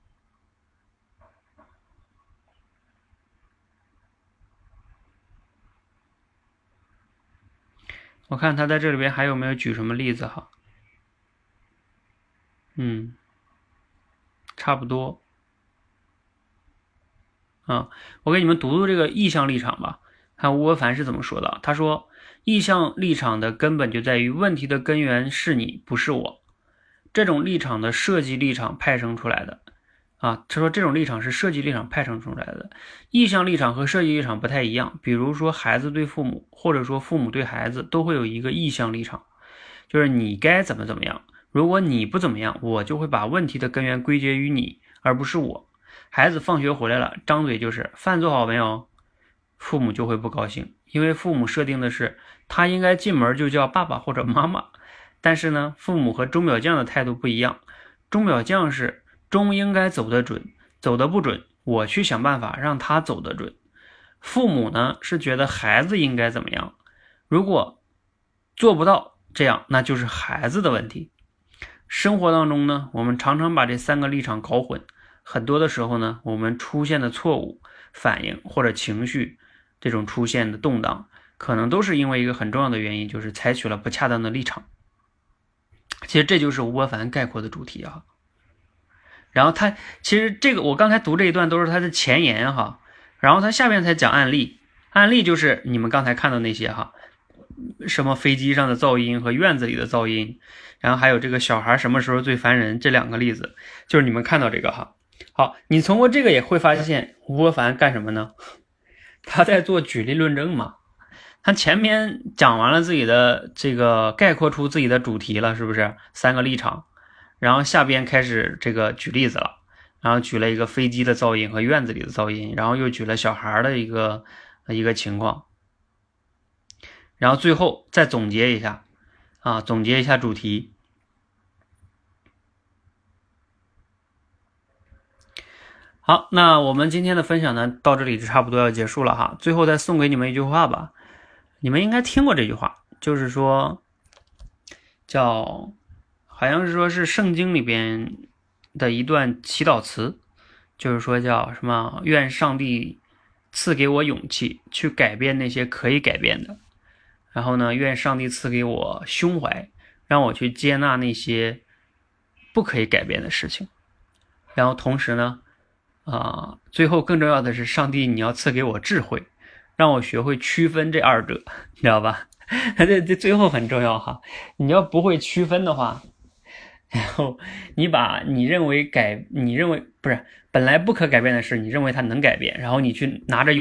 我看他在这里边还有没有举什么例子哈？嗯，差不多。啊，我给你们读读这个意向立场吧，看吴伯凡是怎么说的。他说，意向立场的根本就在于问题的根源是你，不是我。这种立场的设计立场派生出来的， 啊，他说这种立场是设计立场派生出来的，意向立场和设计立场不太一样。比如说孩子对父母，或者说父母对孩子，都会有一个意向立场，就是你该怎么怎么样，如果你不怎么样，我就会把问题的根源归结于你，而不是我。孩子放学回来了，张嘴就是饭做好没有，父母就会不高兴，因为父母设定的是他应该进门就叫爸爸或者妈妈。但是呢，父母和钟表匠的态度不一样，钟表匠是钟应该走得准，走得不准，我去想办法让他走得准。父母呢是觉得孩子应该怎么样，如果做不到这样，那就是孩子的问题。生活当中呢，我们常常把这三个立场搞混，很多的时候呢，我们出现的错误反应或者情绪这种出现的动荡，可能都是因为一个很重要的原因，就是采取了不恰当的立场。其实这就是吴伯凡概括的主题啊。然后他其实这个我刚才读这一段都是他的前言哈，然后他下面才讲案例，案例就是你们刚才看到那些哈，什么飞机上的噪音和院子里的噪音，然后还有这个小孩什么时候最烦人，这两个例子就是你们看到这个哈。好，你通过这个也会发现吴伯凡干什么呢？他在做举例论证嘛。他前面讲完了自己的这个概括出自己的主题了，是不是三个立场？然后下边开始这个举例子了，然后举了一个飞机的噪音和院子里的噪音，然后又举了小孩的一个一个情况，然后最后再总结一下啊，总结一下主题。好，那我们今天的分享呢，到这里就差不多要结束了哈。最后再送给你们一句话吧，你们应该听过这句话，就是说叫好像是说是圣经里边的一段祈祷词，就是说叫什么愿上帝赐给我勇气去改变那些可以改变的，然后呢愿上帝赐给我胸怀让我去接纳那些不可以改变的事情，然后同时呢啊、呃，最后更重要的是上帝你要赐给我智慧让我学会区分这二者，你知道吧？这这最后很重要哈，你要不会区分的话，然后你把你认为改你认为不是本来不可改变的事你认为它能改变，然后你去拿着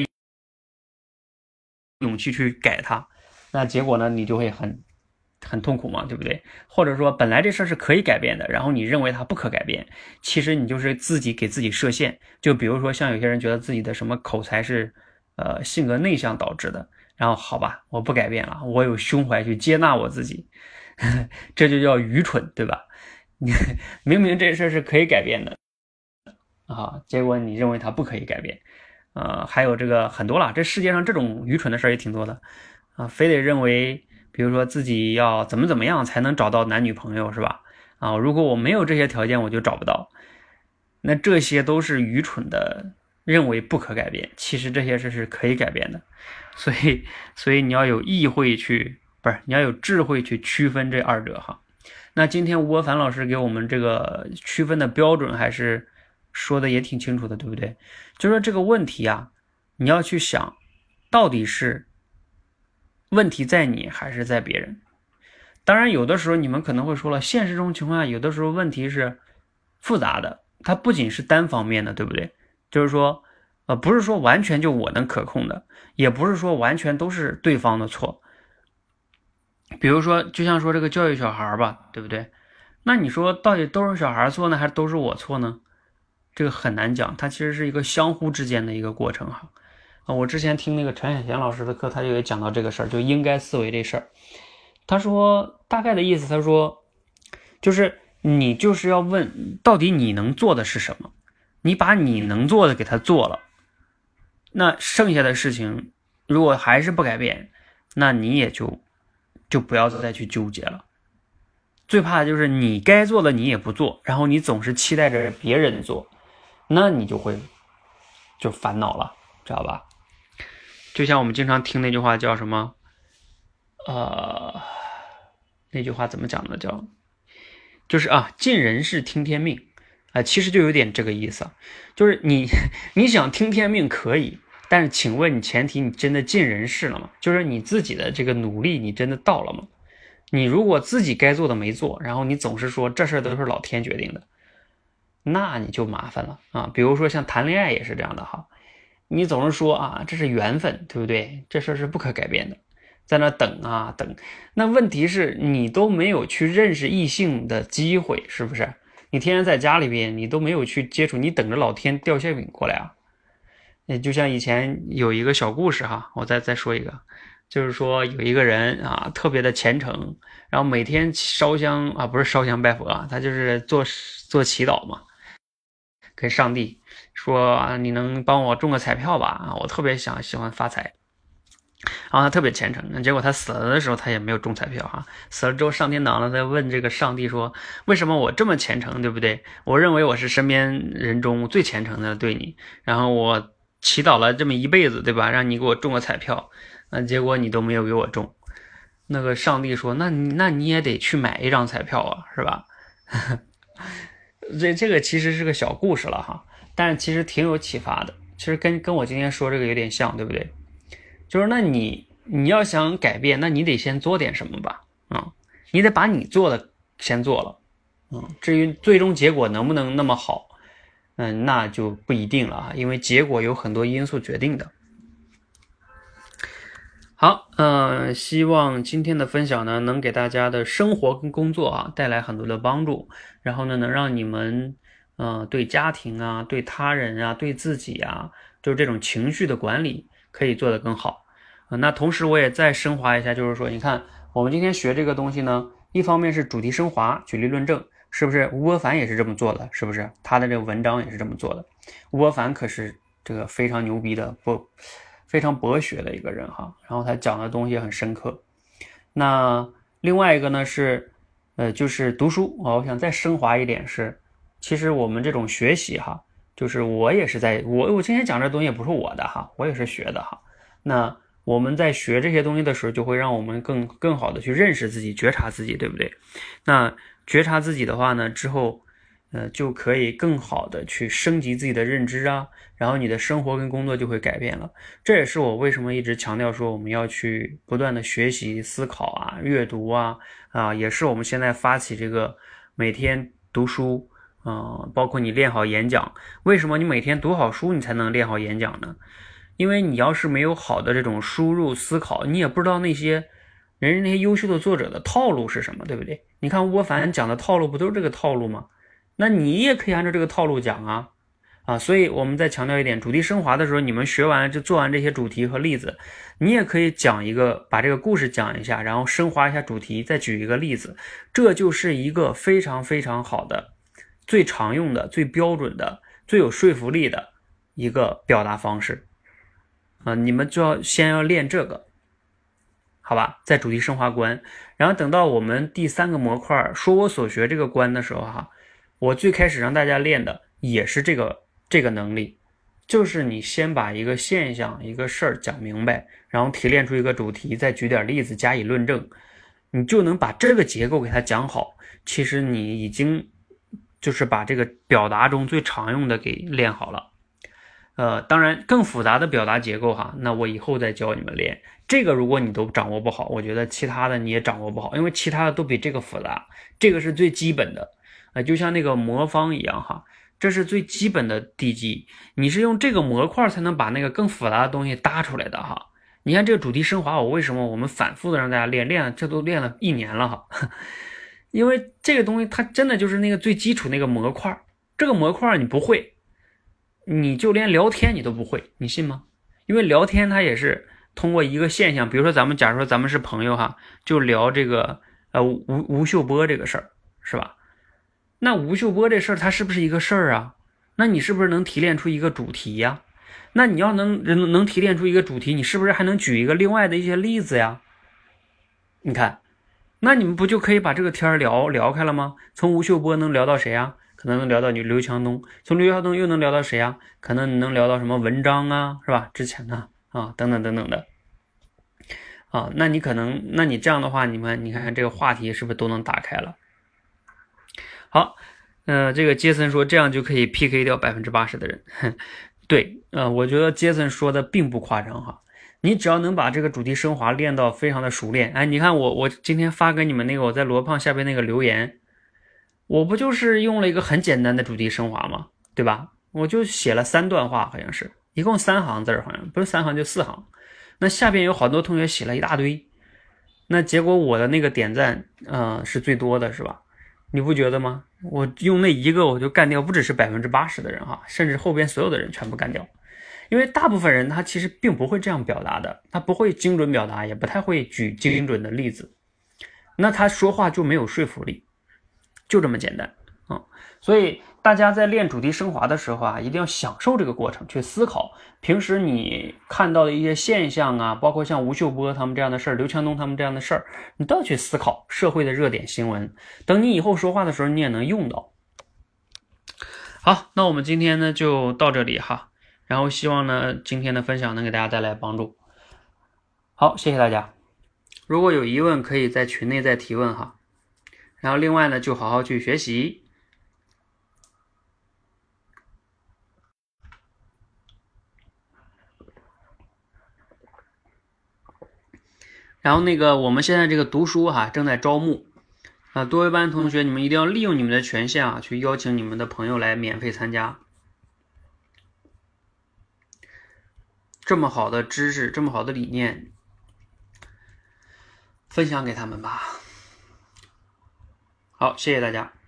勇气去改它，那结果呢你就会很很痛苦嘛，对不对？或者说本来这事是可以改变的，然后你认为它不可改变，其实你就是自己给自己设限。就比如说像有些人觉得自己的什么口才是呃性格内向导致的，然后好吧我不改变了，我有胸怀去接纳我自己，这就叫愚蠢，对吧？明明这事是可以改变的啊，结果你认为它不可以改变。呃，还有这个很多了，这世界上这种愚蠢的事也挺多的啊，非得认为比如说自己要怎么怎么样才能找到男女朋友，是吧？啊，如果我没有这些条件我就找不到，那这些都是愚蠢的认为不可改变，其实这些事是可以改变的。所以所以你要有意会去不是你要有智慧去区分这二者哈。那今天吴伯凡老师给我们这个区分的标准还是说的也挺清楚的，对不对？就说这个问题啊，你要去想到底是问题在你还是在别人。当然有的时候你们可能会说了，现实中情况下有的时候问题是复杂的，它不仅是单方面的，对不对？就是说呃，不是说完全就我能可控的，也不是说完全都是对方的错。比如说就像说这个教育小孩吧，对不对？那你说到底都是小孩错呢还是都是我错呢？这个很难讲，它其实是一个相互之间的一个过程哈。我之前听那个陈海贤老师的课，他就也讲到这个事儿，就应该思维这事儿。他说大概的意思，他说就是你就是要问到底你能做的是什么，你把你能做的给他做了，那剩下的事情如果还是不改变，那你也就就不要再去纠结了。最怕的就是你该做的你也不做，然后你总是期待着别人做，那你就会就烦恼了，知道吧？就像我们经常听那句话叫什么呃，那句话怎么讲的，叫就是啊，尽人事听天命啊、呃，其实就有点这个意思，就是你你想听天命可以，但是请问你前提你真的尽人事了吗？就是你自己的这个努力你真的到了吗？你如果自己该做的没做，然后你总是说这事儿都是老天决定的， 那你就麻烦了啊。比如说像谈恋爱也是这样的哈，你总是说啊这是缘分，对不对？这事是不可改变的，在那等啊等。那问题是你都没有去认识异性的机会，是不是？你天天在家里边，你都没有去接触，你等着老天掉馅饼过来啊。也就像以前有一个小故事哈，我再再说一个，就是说有一个人啊特别的虔诚，然后每天烧香啊，不是烧香拜佛啊，他就是做做祈祷嘛，跟上帝说啊，你能帮我中个彩票吧啊，我特别想喜欢发财。然后他特别虔诚，结果他死了的时候他也没有中彩票哈，死了之后上天堂了，他问这个上帝说，为什么我这么虔诚，对不对？我认为我是身边人中最虔诚的对你，然后我祈祷了这么一辈子，对吧？让你给我中个彩票，那结果你都没有给我中。那个上帝说，那你那你也得去买一张彩票啊，是吧？这这个其实是个小故事了哈，但是其实挺有启发的，其实跟跟我今天说这个有点像，对不对？就是那你你要想改变，那你得先做点什么吧，啊、嗯，你得把你做的先做了，嗯，至于最终结果能不能那么好，嗯，那就不一定了啊，因为结果有很多因素决定的。好，呃，希望今天的分享呢，能给大家的生活跟工作啊带来很多的帮助，然后呢，能让你们呃对家庭啊、对他人啊、对自己啊，就是这种情绪的管理可以做得更好。那同时我也再升华一下，就是说你看我们今天学这个东西呢，一方面是主题升华，举例论证，是不是？吴伯凡也是这么做的，是不是？他的这个文章也是这么做的。吴伯凡可是这个非常牛逼的，不非常博学的一个人哈，然后他讲的东西很深刻。那另外一个呢是呃就是读书，我想再升华一点是，其实我们这种学习哈，就是我也是在我我今天讲这东西也不是我的哈，我也是学的哈。那我们在学这些东西的时候，就会让我们更更好的去认识自己，觉察自己，对不对？那觉察自己的话呢，之后呃就可以更好的去升级自己的认知啊，然后你的生活跟工作就会改变了。这也是我为什么一直强调说我们要去不断的学习、思考啊、阅读啊啊，也是我们现在发起这个每天读书啊、呃，包括你练好演讲。为什么你每天读好书你才能练好演讲呢？因为你要是没有好的这种输入思考，你也不知道那些人那些优秀的作者的套路是什么，对不对？你看吴伯凡讲的套路不都是这个套路吗？那你也可以按照这个套路讲啊啊！所以我们再强调一点，主题升华的时候，你们学完就做完这些主题和例子，你也可以讲一个，把这个故事讲一下，然后升华一下主题，再举一个例子，这就是一个非常非常好的、最常用的、最标准的、最有说服力的一个表达方式。啊，你们就要先要练这个，好吧？在主题升华关，然后等到我们第三个模块说我所学这个关的时候哈，我最开始让大家练的也是这个这个能力，就是你先把一个现象一个事儿讲明白，然后提炼出一个主题，再举点例子加以论证，你就能把这个结构给它讲好。其实你已经就是把这个表达中最常用的给练好了。呃，当然更复杂的表达结构哈，那我以后再教你们练。这个如果你都掌握不好，我觉得其他的你也掌握不好，因为其他的都比这个复杂。这个是最基本的，呃，就像那个魔方一样哈，这是最基本的地基。你是用这个模块才能把那个更复杂的东西搭出来的哈。你看这个主题升华，我为什么我们反复的让大家练，练了这都练了一年了哈，因为这个东西它真的就是那个最基础那个模块，这个模块你不会。你就连聊天你都不会，你信吗？因为聊天它也是通过一个现象，比如说咱们假如说咱们是朋友哈，就聊这个呃吴吴秀波这个事儿，是吧？那吴秀波这事儿它是不是一个事儿啊？那你是不是能提炼出一个主题呀？那你要能能能提炼出一个主题，你是不是还能举一个另外的一些例子呀？你看，那你们不就可以把这个天聊聊开了吗？从吴秀波能聊到谁啊？可能能聊到你刘强东，从刘强东又能聊到谁啊？可能能聊到什么文章啊，是吧？之前呢啊，等等等等的啊，那你可能，那你这样的话，你们你看看这个话题是不是都能打开了？好，呃，这个杰森说这样就可以 P K 掉百分之八十的人，对，呃，我觉得杰森说的并不夸张哈。你只要能把这个主题升华练到非常的熟练，哎，你看我我今天发给你们那个我在罗胖下边那个留言。 我不就是用了一个很简单的主题升华吗？对吧？我就写了三段话，好像是一共三行字，好像不是三行就四行。那下边有好多同学写了一大堆，那结果我的那个点赞，嗯、呃，是最多的，是吧？你不觉得吗？我用那一个我就干掉，不只是百分之八十的人哈，甚至后边所有的人全部干掉。因为大部分人他其实并不会这样表达的，他不会精准表达，也不太会举精准的例子，那他说话就没有说服力，就这么简单啊、嗯！所以大家在练主题升华的时候啊，一定要享受这个过程，去思考平时你看到的一些现象啊，包括像吴秀波他们这样的事儿，刘强东他们这样的事儿，你都要去思考社会的热点新闻，等你以后说话的时候，你也能用到。好，那我们今天呢就到这里哈。然后希望呢今天的分享能给大家带来帮助。好，谢谢大家。如果有疑问可以在群内再提问哈。然后另外呢就好好去学习。然后那个我们现在这个读书哈正在招募啊，多维班同学你们一定要利用你们的权限啊，去邀请你们的朋友来免费参加。这么好的知识，这么好的理念，分享给他们吧。好，谢谢大家。